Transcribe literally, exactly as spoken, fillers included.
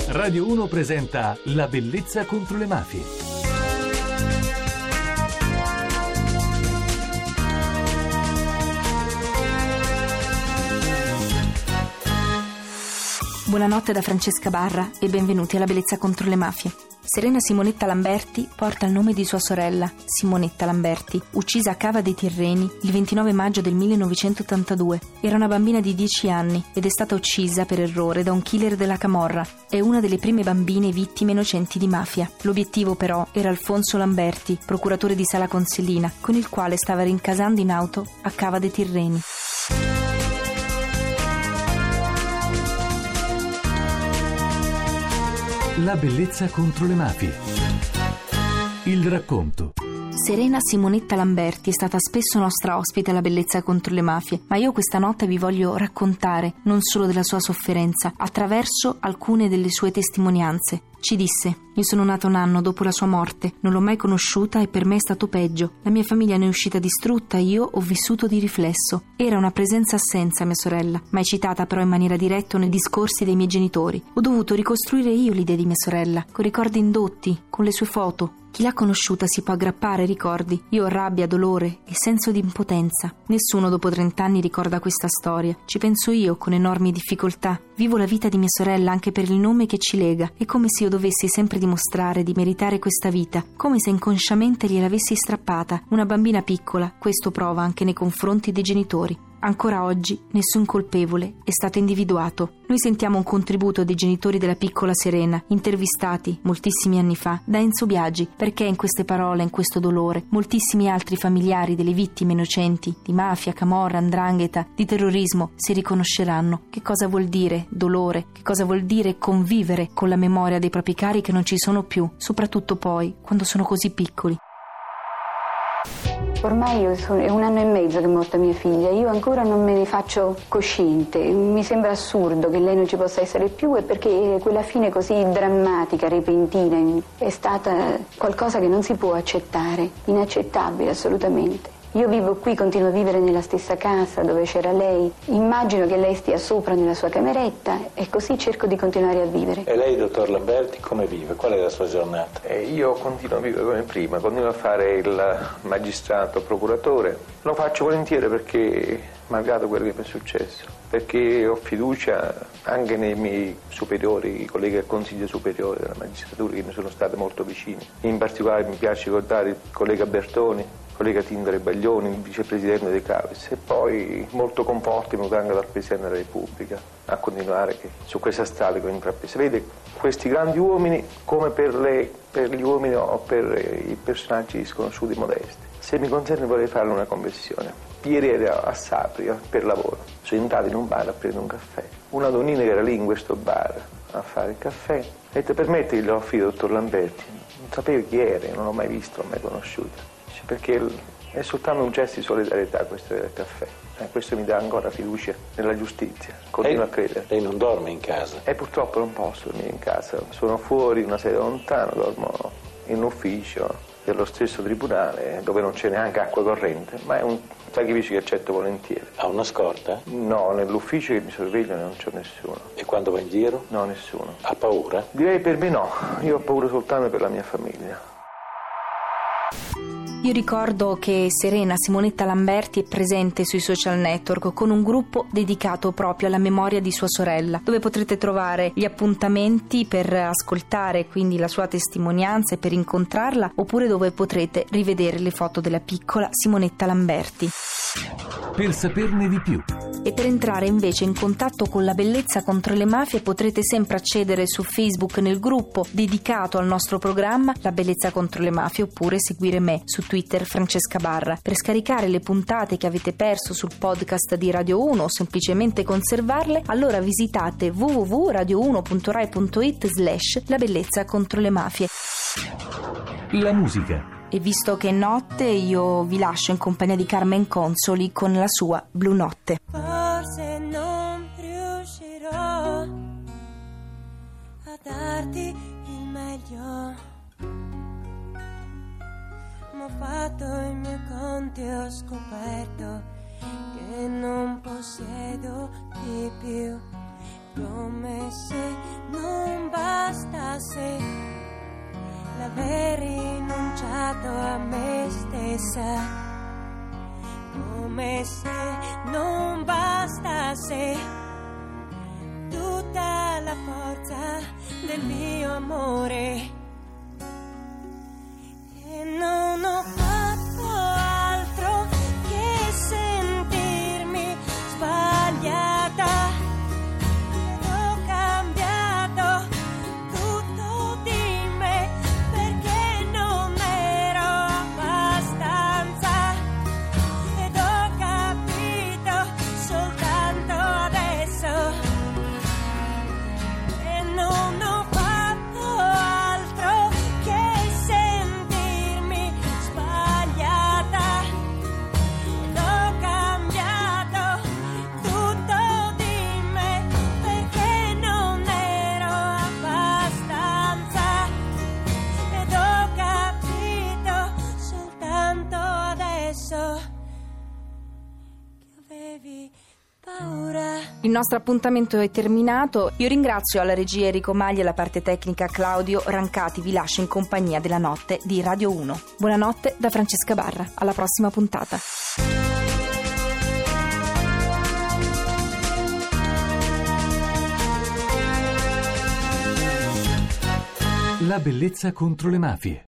Radio uno presenta La bellezza contro le mafie. Buonanotte da Francesca Barra e benvenuti alla Bellezza contro le mafie. Serena Simonetta Lamberti porta il nome di sua sorella, Simonetta Lamberti, uccisa a Cava dei Tirreni il ventinove maggio del millenovecentottantadue. Era una bambina di dieci anni ed è stata uccisa per errore da un killer della camorra. È una delle prime bambine vittime innocenti di mafia. L'obiettivo però era Alfonso Lamberti, procuratore di Sala Consellina, con il quale stava rincasando in auto a Cava dei Tirreni. La bellezza contro le mafie. Il racconto. Serena Simonetta Lamberti è stata spesso nostra ospite alla Bellezza contro le mafie, ma io questa notte vi voglio raccontare non solo della sua sofferenza, attraverso alcune delle sue testimonianze. Ci disse: io sono nata un anno dopo la sua morte, non l'ho mai conosciuta e per me è stato peggio. La mia famiglia ne è uscita distrutta e io ho vissuto di riflesso. Era una presenza-assenza mia sorella, mai citata però in maniera diretta nei discorsi dei miei genitori. Ho dovuto ricostruire io l'idea di mia sorella, con ricordi indotti, con le sue foto. Chi l'ha conosciuta si può aggrappare ai ricordi. Io ho rabbia, dolore e senso di impotenza. Nessuno dopo trent'anni ricorda questa storia. Ci penso io con enormi difficoltà. Vivo la vita di mia sorella anche per il nome che ci lega. È come se io dovessi sempre dimostrare di meritare questa vita, come se inconsciamente gliel'avessi strappata. Una bambina piccola, questo prova anche nei confronti dei genitori. Ancora oggi nessun colpevole è stato individuato. Noi sentiamo un contributo dei genitori della piccola Serena, intervistati moltissimi anni fa da Enzo Biagi, perché in queste parole, in questo dolore, moltissimi altri familiari delle vittime innocenti di mafia, camorra, 'ndrangheta, di terrorismo si riconosceranno. Che cosa vuol dire dolore? Che cosa vuol dire convivere con la memoria dei propri cari che non ci sono più, soprattutto poi quando sono così piccoli? Ormai io sono, è un anno e mezzo che è morta mia figlia, io ancora non me ne faccio cosciente, mi sembra assurdo che lei non ci possa essere più, e perché quella fine così drammatica, repentina, è stata qualcosa che non si può accettare, inaccettabile assolutamente. Io vivo qui, continuo a vivere nella stessa casa dove c'era lei, immagino che lei stia sopra nella sua cameretta e così cerco di continuare a vivere. E lei, dottor Lamberti, come vive? Qual è la sua giornata? Eh, io continuo a vivere come prima, continuo a fare il magistrato procuratore. Lo faccio volentieri perché, malgrado quello che mi è successo, perché ho fiducia anche nei miei superiori, i colleghi del Consiglio Superiore della Magistratura, che mi sono stati molto vicini. In particolare mi piace ricordare il collega Bertoni, il collega Tindare Baglioni, il vicepresidente De Caves, e poi molto conforto mi anche dal Presidente della Repubblica a continuare su questa strada che ho intrapreso. Vede, questi grandi uomini, come per, le, per gli uomini o per i personaggi sconosciuti modesti. Se mi consente vorrei fare una confessione. Ieri ero a Sapri per lavoro, sono entrato in un bar a prendere un caffè. Una donnina che era lì in questo bar a fare il caffè ha detto: permette che glielo affidi al dottor Lamberti. Non sapevo chi era, non l'ho mai visto, non l'ho mai conosciuto. Perché è soltanto un gesto di solidarietà questo del caffè. Eh, questo mi dà ancora fiducia nella giustizia. Continuo lei, a credere. Lei non dorme in casa? E purtroppo non posso dormire in casa. Sono fuori, una sede lontana, dormo in un ufficio dello stesso tribunale dove non c'è neanche acqua corrente, ma è un sacrificio che accetto volentieri. Ha una scorta? No, nell'ufficio che mi sorveglia non c'è nessuno. E quando va in giro? No, nessuno. Ha paura? Direi per me no, io ho paura soltanto per la mia famiglia. Io ricordo che Serena Simonetta Lamberti è presente sui social network con un gruppo dedicato proprio alla memoria di sua sorella, dove potrete trovare gli appuntamenti per ascoltare quindi la sua testimonianza e per incontrarla, oppure dove potrete rivedere le foto della piccola Simonetta Lamberti. Per saperne di più E per entrare invece in contatto con la Bellezza contro le mafie potrete sempre accedere su Facebook nel gruppo dedicato al nostro programma La Bellezza contro le mafie, oppure seguire me su Twitter, Francesca Barra. Per scaricare le puntate che avete perso sul podcast di Radio uno o semplicemente conservarle, allora visitate w w w punto radio uno punto rai punto it slash La Bellezza contro le mafie. La musica. E visto che è notte, io vi lascio in compagnia di Carmen Consoli con la sua Blu Notte. Forse non riuscirò a darti il meglio, ma ho fatto i miei conti e ho scoperto che non possiedo di più. come se non bastasse l'aver rinunciato a me stessa, come se non bastasse tutta la forza del mio amore. E non ho fatto altro che sentirmi sbagliata. Ed ho cambiato tutto di me perché non ero abbastanza. Ed ho capito soltanto adesso. E non ho fatto altro che sentirmi sbagliata. Ed ho cambiato tutto di me perché non ero abbastanza. Ed ho capito soltanto adesso che avevi paura. Il nostro appuntamento è terminato. Io ringrazio alla regia Enrico Magli e alla parte tecnica Claudio Rancati. Vi lascio in compagnia della notte di Radio uno. Buonanotte da Francesca Barra. Alla prossima puntata. La bellezza contro le mafie.